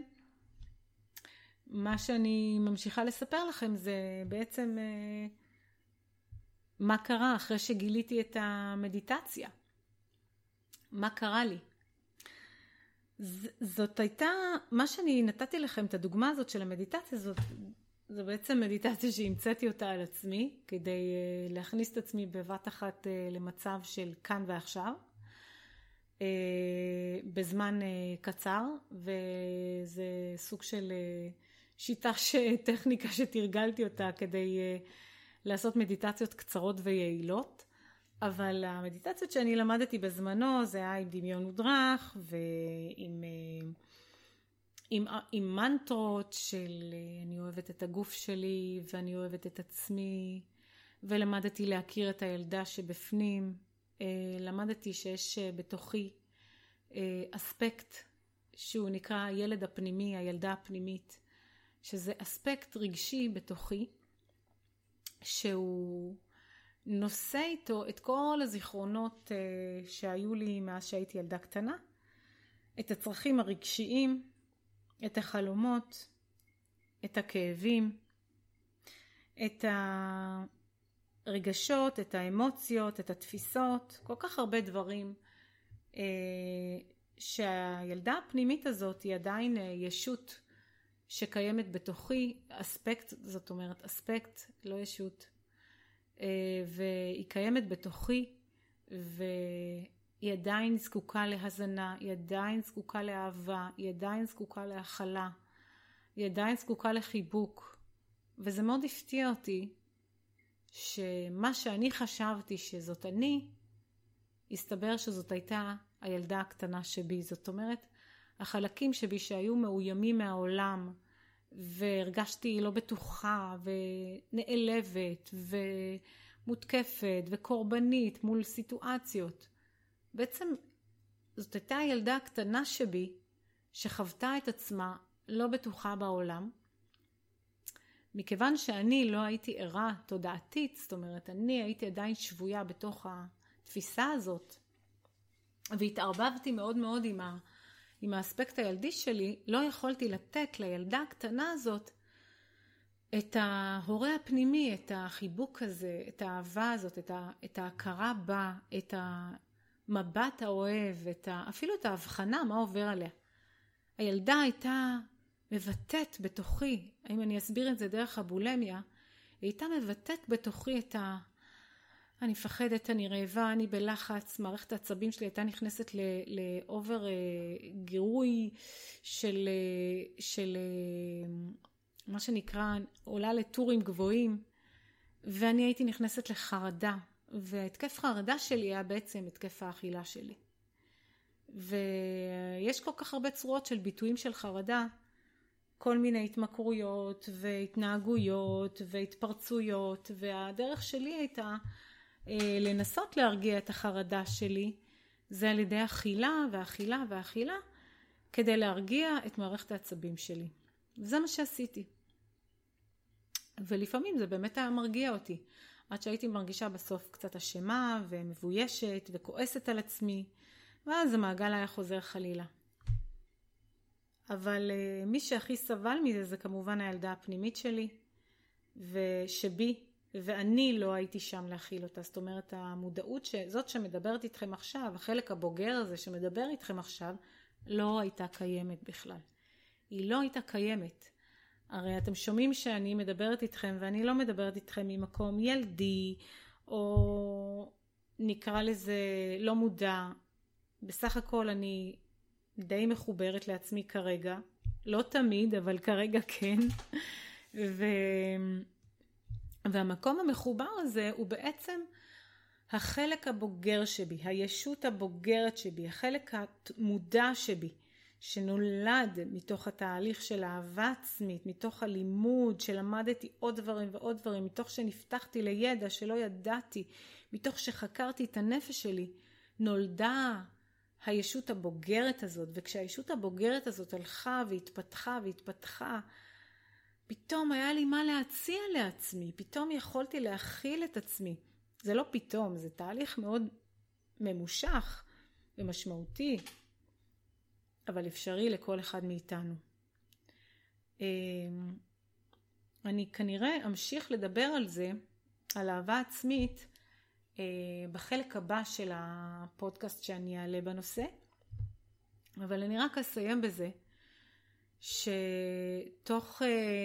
מה שאני ממשיכה לספר לכם זה בעצם מה קרה אחרי שגיליתי את המדיטציה. מה קרה לי? זאת הייתה, מה שאני נתתי לכם, את הדוגמה הזאת של המדיטציה, זו בעצם מדיטציה שהמצאתי אותה על עצמי, כדי להכניס את עצמי בבת אחת למצב של כאן ועכשיו, בזמן קצר, וזה סוג של טכניקה שתרגלתי אותה כדי לעשות מדיטציות קצרות ויעילות. אבל המדיטציות שאני למדתי בזמנו זה היה עם דמיון מודרך ועם מנטרות של אני אוהבת את הגוף שלי ואני אוהבת את עצמי, ולמדתי להכיר את הילדה שבפנים. למדתי שיש בתוכי אספקט שהוא נקרא הילד הפנימי, הילדה הפנימית, שזה אספקט רגשי בתוכי שהוא נושא איתו את כל הזיכרונות שהיו לי מאז שהייתי ילדה קטנה, את הצרכים הרגשיים, את החלומות, את הכאבים, את הרגשות, את האמוציות, את התפיסות, כל כך הרבה דברים שהילדה הפנימית הזאת היא עדיין ישות שקיימת בתוכי, אספקט, זאת אומרת אספקט, לא ישות, והיא קיימת בתוכי, והיא עדיין זקוקה להזנה, היא עדיין זקוקה לאהבה, היא עדיין זקוקה להכלה, היא עדיין זקוקה לחיבוק. וזה מאוד הפתיע אותי שמה שאני חשבתי שזאת אני, הסתבר שזאת הייתה הילדה הקטנה שבי. זאת אומרת, החלקים שבי שהיו מאוימים מהעולם, והרגשתי לא בטוחה ונעלבת ומותקפת וקורבנית מול סיטואציות. בעצם זאת הייתה הילדה הקטנה שבי שחוותה את עצמה לא בטוחה בעולם. מכיוון שאני לא הייתי ערה תודעתית, זאת אומרת אני הייתי עדיין שבויה בתוך התפיסה הזאת, והתערבבתי מאוד מאוד עם האספקט הילדי שלי, לא יכולתי לתת לילדה הקטנה הזאת את ההורה הפנימי, את החיבוק הזה, את האהבה הזאת, את ההכרה בה, את המבט האוהב, אפילו את ההבחנה, מה עובר עליה. הילדה הייתה מבטאת בתוכי, אם אני אסביר את זה דרך הבולמיה, היא הייתה מבטאת בתוכי אני מפחדת, אני רעבה, אני בלחץ, מערכת העצבים שלי הייתה נכנסת לאובר גירוי של מה שנקרא, עולה לטורים גבוהים, ואני הייתי נכנסת לחרדה, והתקף חרדה שלי היה בעצם התקף האכילה שלי. ויש כל כך הרבה צורות של ביטויים של חרדה, כל מיני התמכרויות והתנהגויות והתפרצויות, והדרך שלי הייתה לנסות להרגיע את החרדה שלי, זה על ידי אכילה ואכילה ואכילה, כדי להרגיע את מערכת העצבים שלי. וזה מה שעשיתי. ולפעמים זה באמת היה מרגיע אותי. עד שהייתי מרגישה בסוף קצת אשמה ומבוישת וכועסת על עצמי, ואז המעגל היה חוזר חלילה. אבל מי שהכי סבל מזה זה כמובן הילדה הפנימית שלי, ושבי, ואני לא הייתי שם להכיל אותה. זאת אומרת, המודעות זאת שמדברת איתכם עכשיו, החלק הבוגר הזה שמדבר איתכם עכשיו, לא הייתה קיימת בכלל. היא לא הייתה קיימת. הרי אתם שומעים שאני מדברת איתכם, ואני לא מדברת איתכם ממקום ילדי, או נקרא לזה לא מודע. בסך הכל אני די מחוברת לעצמי כרגע, לא תמיד, אבל כרגע כן. והמקום המחובר הזה הוא בעצם החלק הבוגר שבי, הישות הבוגרת שבי, החלק המודע שבי, שנולד מתוך התהליך של אהבה עצמית, מתוך הלימוד שלמדתי עוד דברים ועוד דברים, מתוך שנפתחתי לידע שלא ידעתי, מתוך שחקרתי את הנפש שלי, נולדה הישות הבוגרת הזאת. וכשהישות הבוגרת הזאת הלכה והתפתחה, פתאום היה לי מה להציע לעצמי, פתאום יכולתי להכיל את עצמי. זה לא פתאום, זה תהליך מאוד ממושך ומשמעותי, אבל אפשרי לכל אחד מאיתנו. אני כנראה אמשיך לדבר על זה, על אהבה עצמית, בחלק הבא של הפודקאסט שאני אעלה בנושא, אבל אני רק אסיים בזה, שתוך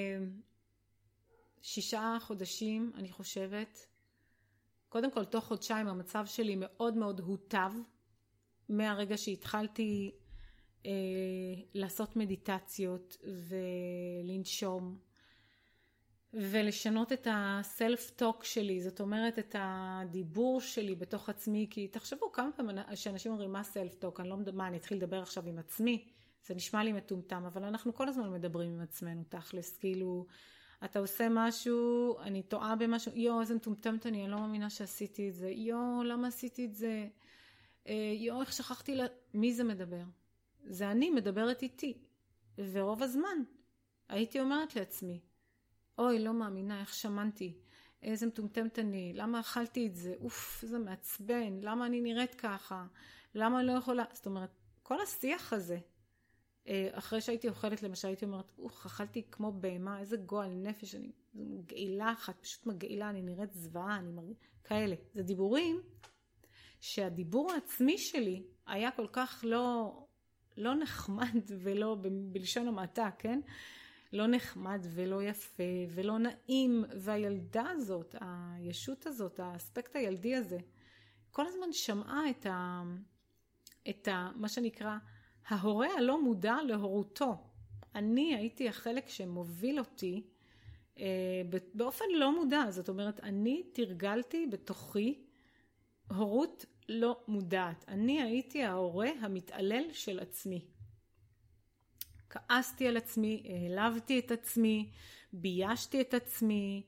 6 חודשים, אני חושבת, קודם כל תוך חודשיים המצב שלי מאוד מאוד הוטב, מהרגע שהתחלתי לעשות מדיטציות ולנשום, ולשנות את הסלף טוק שלי, זאת אומרת את הדיבור שלי בתוך עצמי, כי תחשבו כמה פעמים שאנשים אומרים מה סלף טוק, אני לא יודע מה, אני אתחיל לדבר עכשיו עם עצמי, זה נשמע לי מטומטם, אבל אנחנו כל הזמן מדברים עם עצמנו תכלס, כאילו אתה עושה משהו, אני טועה במשהו, איזה מטומטמת אני לא מאמינה שעשיתי את זה, למה עשיתי את זה, איך שכחתי מי זה מדבר? זה אני מדברת איתי, ורוב הזמן הייתי אומרת לעצמי, אוי, לא מאמינה, איך שמנתי, איזה מטומטמת אני, למה אכלתי את זה, איזה מעצבן, למה אני נראית ככה, למה אני לא יכולה, זאת אומרת, כל השיח הזה, אחרי שהייתי אוכלת למשל, הייתי אומרת, אכלתי כמו בהמה, איזה גועל נפש, אני מגעילה אחת, פשוט מגעילה, אני נראית זוועה, כאלה. זה דיבורים שהדיבור העצמי שלי היה כל כך לא נחמד ולא בלשון המעטה, כן? לא נחמד ולא יפה ולא נעים, והילדה הזאת, הישות הזאת, האספקט הילדי הזה, כל הזמן שמעה את מה שנקרא, ההורה הלא מודע להורותו. אני הייתי החלק שמוביל אותי באופן לא מודע, זאת אומרת, אני תרגלתי בתוכי הורות לא מודעת. אני הייתי ההורה המתעלל של עצמי. כעסתי על עצמי, העלבתי את עצמי, ביישתי את עצמי,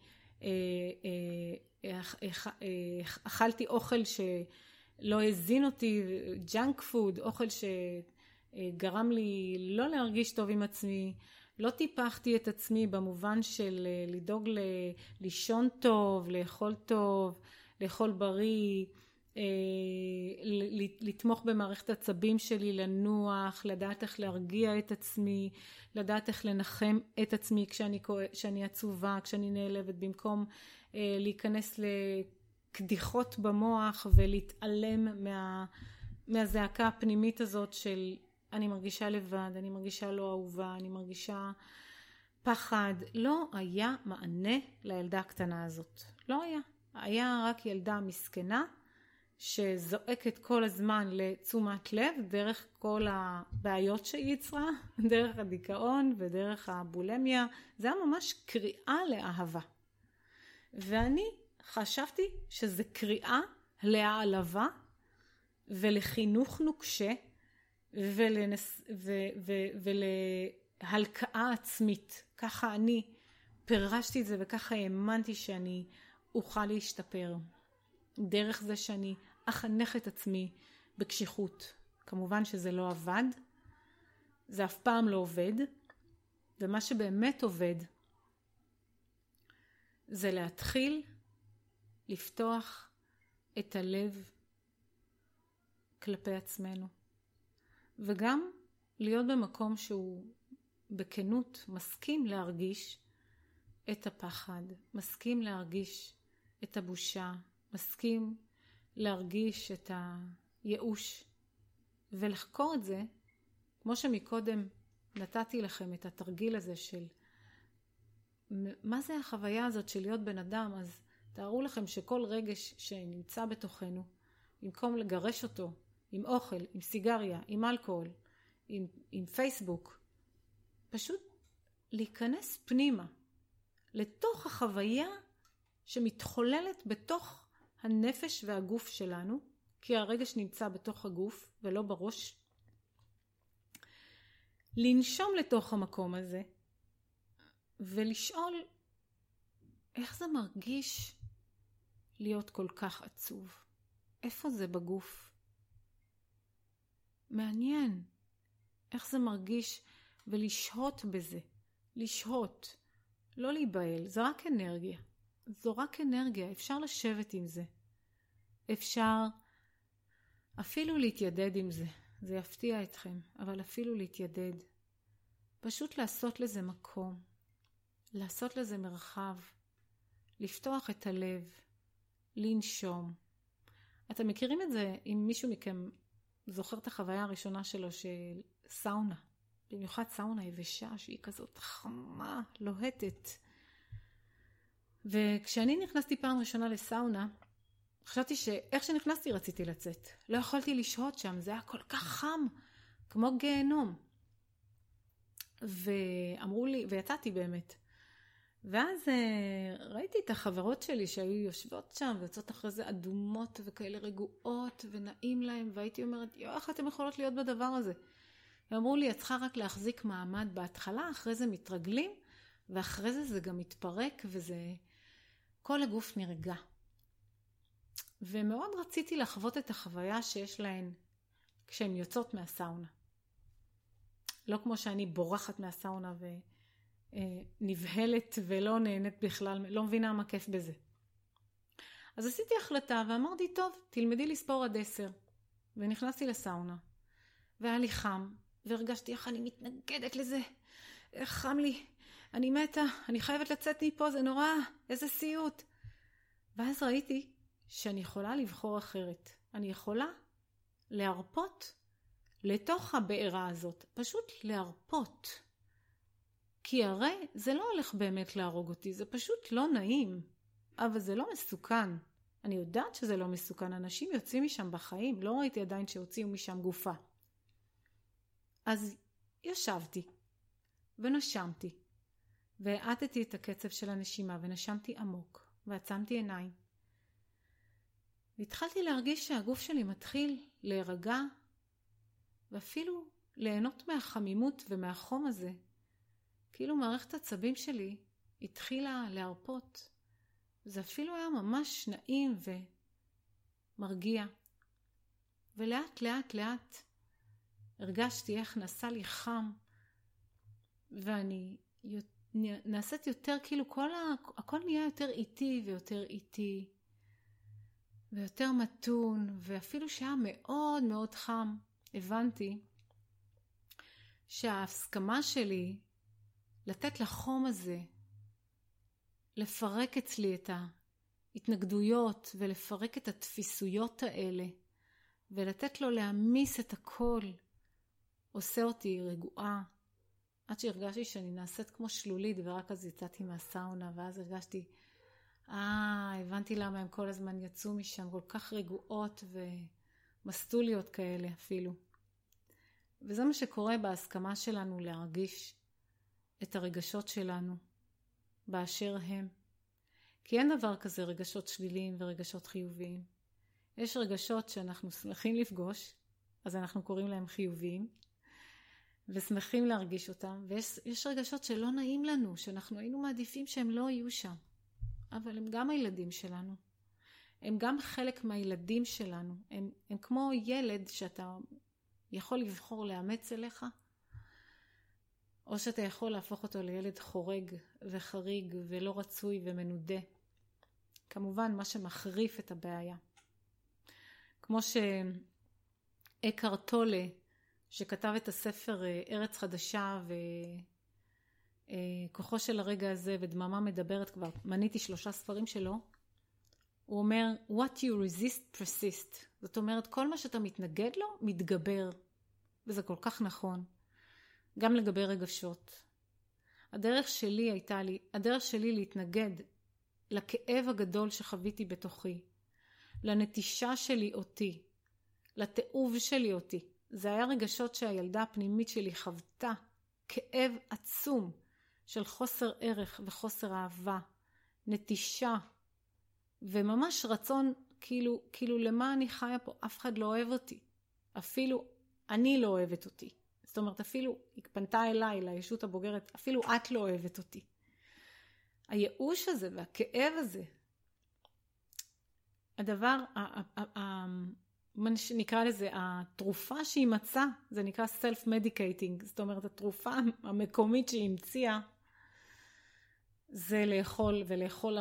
אכלתי אוכל שלא הזין אותי, ג'אנק פוד, אוכל שגרם לי לא להרגיש טוב עם עצמי, לא טיפחתי את עצמי במובן של לדאוג לישון טוב, לאכול בריא, לתמוך במערכת עצבים שלי, לנוח, לדעת איך להרגיע את עצמי, לדעת איך לנחם את עצמי כשאני עצובה, כשאני נעלבת, במקום להיכנס לקדיחות במוח ולהתעלם מהזעקה הפנימית הזאת של אני מרגישה לבד, אני מרגישה לא אהובה, אני מרגישה פחד. לא היה מענה לילדה הקטנה הזאת. לא היה. היה רק ילדה מסכנה שזועקת כל הזמן לתשומת לב דרך כל הבעיות שהיא יצרה, דרך הדיכאון ודרך הבולמיה. זה היה ממש קריאה לאהבה. ואני חשבתי שזה קריאה להעלבה ולחינוך נוקשה ולהלקאה עצמית. ככה אני פירשתי את זה וככה האמנתי שאני אוכל להשתפר. דרך זה שאני אחנך את עצמי בקשיחות. כמובן שזה לא עבד. זה אף פעם לא עובד. ומה שבאמת עובד זה להתחיל לפתוח את הלב כלפי עצמנו, וגם להיות במקום שהוא בכנות מסכים להרגיש את הפחד, מסכים להרגיש את הבושה, מסכים להרגיש את הייאוש, ולחקור את זה, כמו שמקודם נתתי לכם את התרגיל הזה של מה זה החוויה הזאת של להיות בן אדם. אז תארו לכם שכל רגש שנמצא בתוכנו, במקום לגרש אותו עם אוכל, עם סיגריה, עם אלכוהול, עם פייסבוק, פשוט להיכנס פנימה לתוך החוויה שמתחוללת בתוך הנפש והגוף שלנו, כי הרגש נמצא בתוך הגוף ולא בראש. לנשום לתוך המקום הזה ולשאול איך זה מרגיש להיות כל כך עצוב. איפה זה בגוף? מעניין איך זה מרגיש, ולשהות בזה. לשהות, לא להיבהל, זה רק אנרגיה. זו רק אנרגיה, אפשר לשבת עם זה. אפשר אפילו להתיידד עם זה. זה יפתיע אתכם, אבל אפילו להתיידד. פשוט לעשות לזה מקום, לעשות לזה מרחב, לפתוח את הלב, לנשום. אתם מכירים את זה, אם מישהו מכם זוכר את החוויה הראשונה שלו של סאונה, במיוחד סאונה יבשה שהיא כזאת חמה, לוהטת. וכשאני נכנסתי פעם ראשונה לסאונה, חשבתי שאיך שנכנסתי רציתי לצאת. לא יכולתי לשהות שם, זה היה כל כך חם, כמו גיהנום. ואמרו לי, ויצאתי באמת. ואז ראיתי את החברות שלי שהיו יושבות שם, ויוצאות אחרי זה אדומות וכאלה רגועות ונעים להם, והייתי אומרת, איך אתם יכולות להיות בדבר הזה? ואמרו לי, את צריכה רק להחזיק מעמד בהתחלה, אחרי זה מתרגלים, ואחרי זה זה גם מתפרק, וזה כל הגוף נרגע. ומאוד רציתי לחוות את החוויה שיש להן כשהן יוצאות מהסאונה. לא כמו שאני בורחת מהסאונה ונבהלת ולא נהנית בכלל, לא מבינה מה כיף בזה. אז עשיתי החלטה ואמרתי, טוב, תלמדי לספור עד 10. ונכנסתי לסאונה, והיה לי חם, והרגשתי איך אני מתנגדת לזה. איך חם לי, אני מתה, אני חייבת לצאת מפה, זה נורא, איזה סיוט. ואז ראיתי שאני יכולה לבחור אחרת. אני יכולה להרפות לתוך הבארה הזאת, פשוט להרפות. כי הרי זה לא הולך באמת להרוג אותי, זה פשוט לא נעים, אבל זה לא מסוכן. אני יודעת שזה לא מסוכן, אנשים יוצאים משם בחיים, לא ראיתי עדיין שהוציאו משם גופה. אז ישבתי ונשמתי, והאטתי את הקצב של הנשימה ונשמתי עמוק, ועצמתי עיניים. והתחלתי להרגיש שהגוף שלי מתחיל להירגע, ואפילו ליהנות מהחמימות ומהחום הזה. כאילו מערכת העצבים שלי התחילה להרפות. זה אפילו היה ממש נעים ומרגיע. ולאט לאט לאט הרגשתי איך נעשה לי חם, ואני נעשית יותר, כאילו הכל נהיה יותר איטי ויותר איטי, ויותר מתון, ואפילו שהיה מאוד מאוד חם, הבנתי שההסכמה שלי לתת לחום הזה, לפרק אצלי את ההתנגדויות ולפרק את התפיסויות האלה, ולתת לו להמיס את הכל, עושה אותי רגועה, עד שהרגשתי שאני נעשית כמו שלולית, ורק אז יצאתי מהסאונה, ואז הרגשתי, הבנתי למה הם כל הזמן יצאו משם, כל כך רגועות ומסטוליות כאלה אפילו. וזה מה שקורה בהסכמה שלנו להרגיש את הרגשות שלנו באשר הם. כי אין דבר כזה רגשות שליליים ורגשות חיוביים. יש רגשות שאנחנו שמחים לפגוש, אז אנחנו קוראים להם חיוביים, ושמחים להרגיש אותם, ויש רגשות שלא נעים לנו, שאנחנו היינו מעדיפים שהם לא יהיו שם. אבל הם גם הילדים שלנו. הם גם חלק מהילדים שלנו. הם כמו ילד שאתה יכול לבחור לאמץ אליך, או שאתה יכול להפוך אותו לילד חורג וחריג ולא רצוי ומנודה. כמובן מה שמחריף את הבעיה. כמו שאקהרט טולה, שכתב את הספר ארץ חדשה וכוחו של הרגע הזה ודממה מדברת, כבר מניתי 3 ספרים שלו, הוא אומר, what you resist persist. זאת אומרת, כל מה שאתה מתנגד לו, מתגבר. וזה כל כך נכון. גם לגבי רגשות. הדרך שלי להתנגד לכאב הגדול שחוויתי בתוכי, לנטישה שלי אותי, לתיעוב שלי אותי. זה היה רגשות שהילדה הפנימית שלי חוותה, כאב עצום של חוסר ערך וחוסר אהבה, נטישה, וממש רצון, כאילו למה אני חיה פה? אף אחד לא אוהב אותי. אפילו אני לא אוהבת אותי. זאת אומרת, אפילו היא פנתה אליי, לישות הבוגרת, אפילו את לא אוהבת אותי. הייאוש הזה והכאב הזה, הדבר, נקרא לזה, התרופה שהיא מצאה, זה נקרא self-medicating, זאת אומרת, התרופה המקומית שהיא המציאה, זה לאכול ולאכול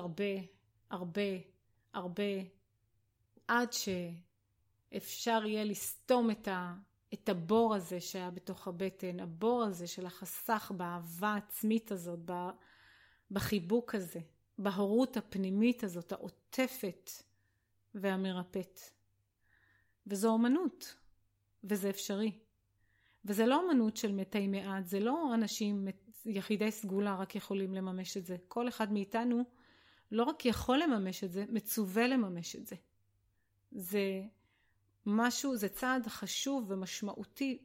הרבה, עד שאפשר יהיה לסתום את הבור הזה שהיה בתוך הבטן, הבור הזה של החסך באהבה העצמית הזאת, בחיבוק הזה, בהורות הפנימית הזאת, העוטפת והמרפאת. וזו אומנות, וזה אפשרי. וזה לא אומנות של מתי מעט, זה לא אנשים יחידי סגולה רק יכולים לממש את זה. כל אחד מאיתנו לא רק יכול לממש את זה, מצווה לממש את זה. זה משהו, זה צעד חשוב ומשמעותי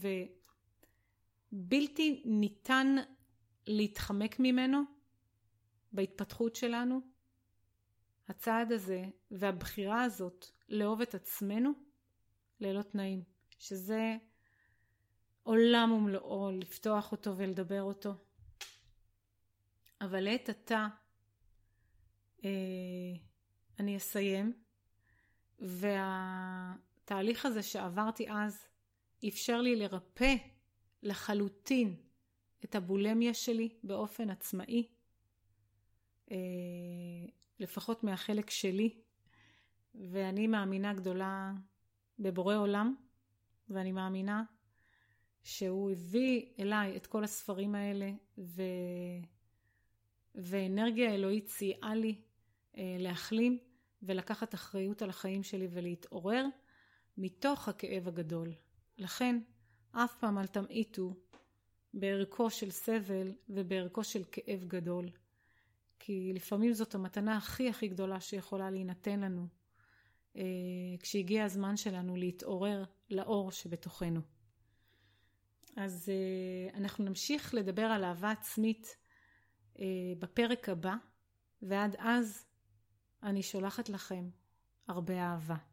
ובלתי ניתן להתחמק ממנו בהתפתחות שלנו. הצעד הזה והבחירה הזאת לאהוב את עצמנו ללא תנאים, שזה עולם ומלואו לפתוח אותו ולדבר אותו. אבל לעת עתה אני אסיים, והתהליך הזה שעברתי אז אפשר לי לרפא לחלוטין את הבולמיה שלי באופן עצמאי, לפחות מהחלק שלי, ואני מאמינה גדולה בבורא עולם, ואני מאמינה שהוא הביא אליי את כל הספרים האלה, ואנרגיה אלוהית סייעה לי להחלים ולקחת אחריות על החיים שלי ולהתעורר מתוך הכאב הגדול. לכן אף פעם אל תמעיטו בערכו של סבל ובערכו של כאב גדול, כי לפעמים זאת המתנה הכי גדולה שיכולה להינתן לנו כשהגיע הזמן שלנו להתעורר לאור שבתוכנו. אז אנחנו נמשיך לדבר על אהבה עצמית בפרק הבא, ועד אז אני שולחת לכם הרבה אהבה.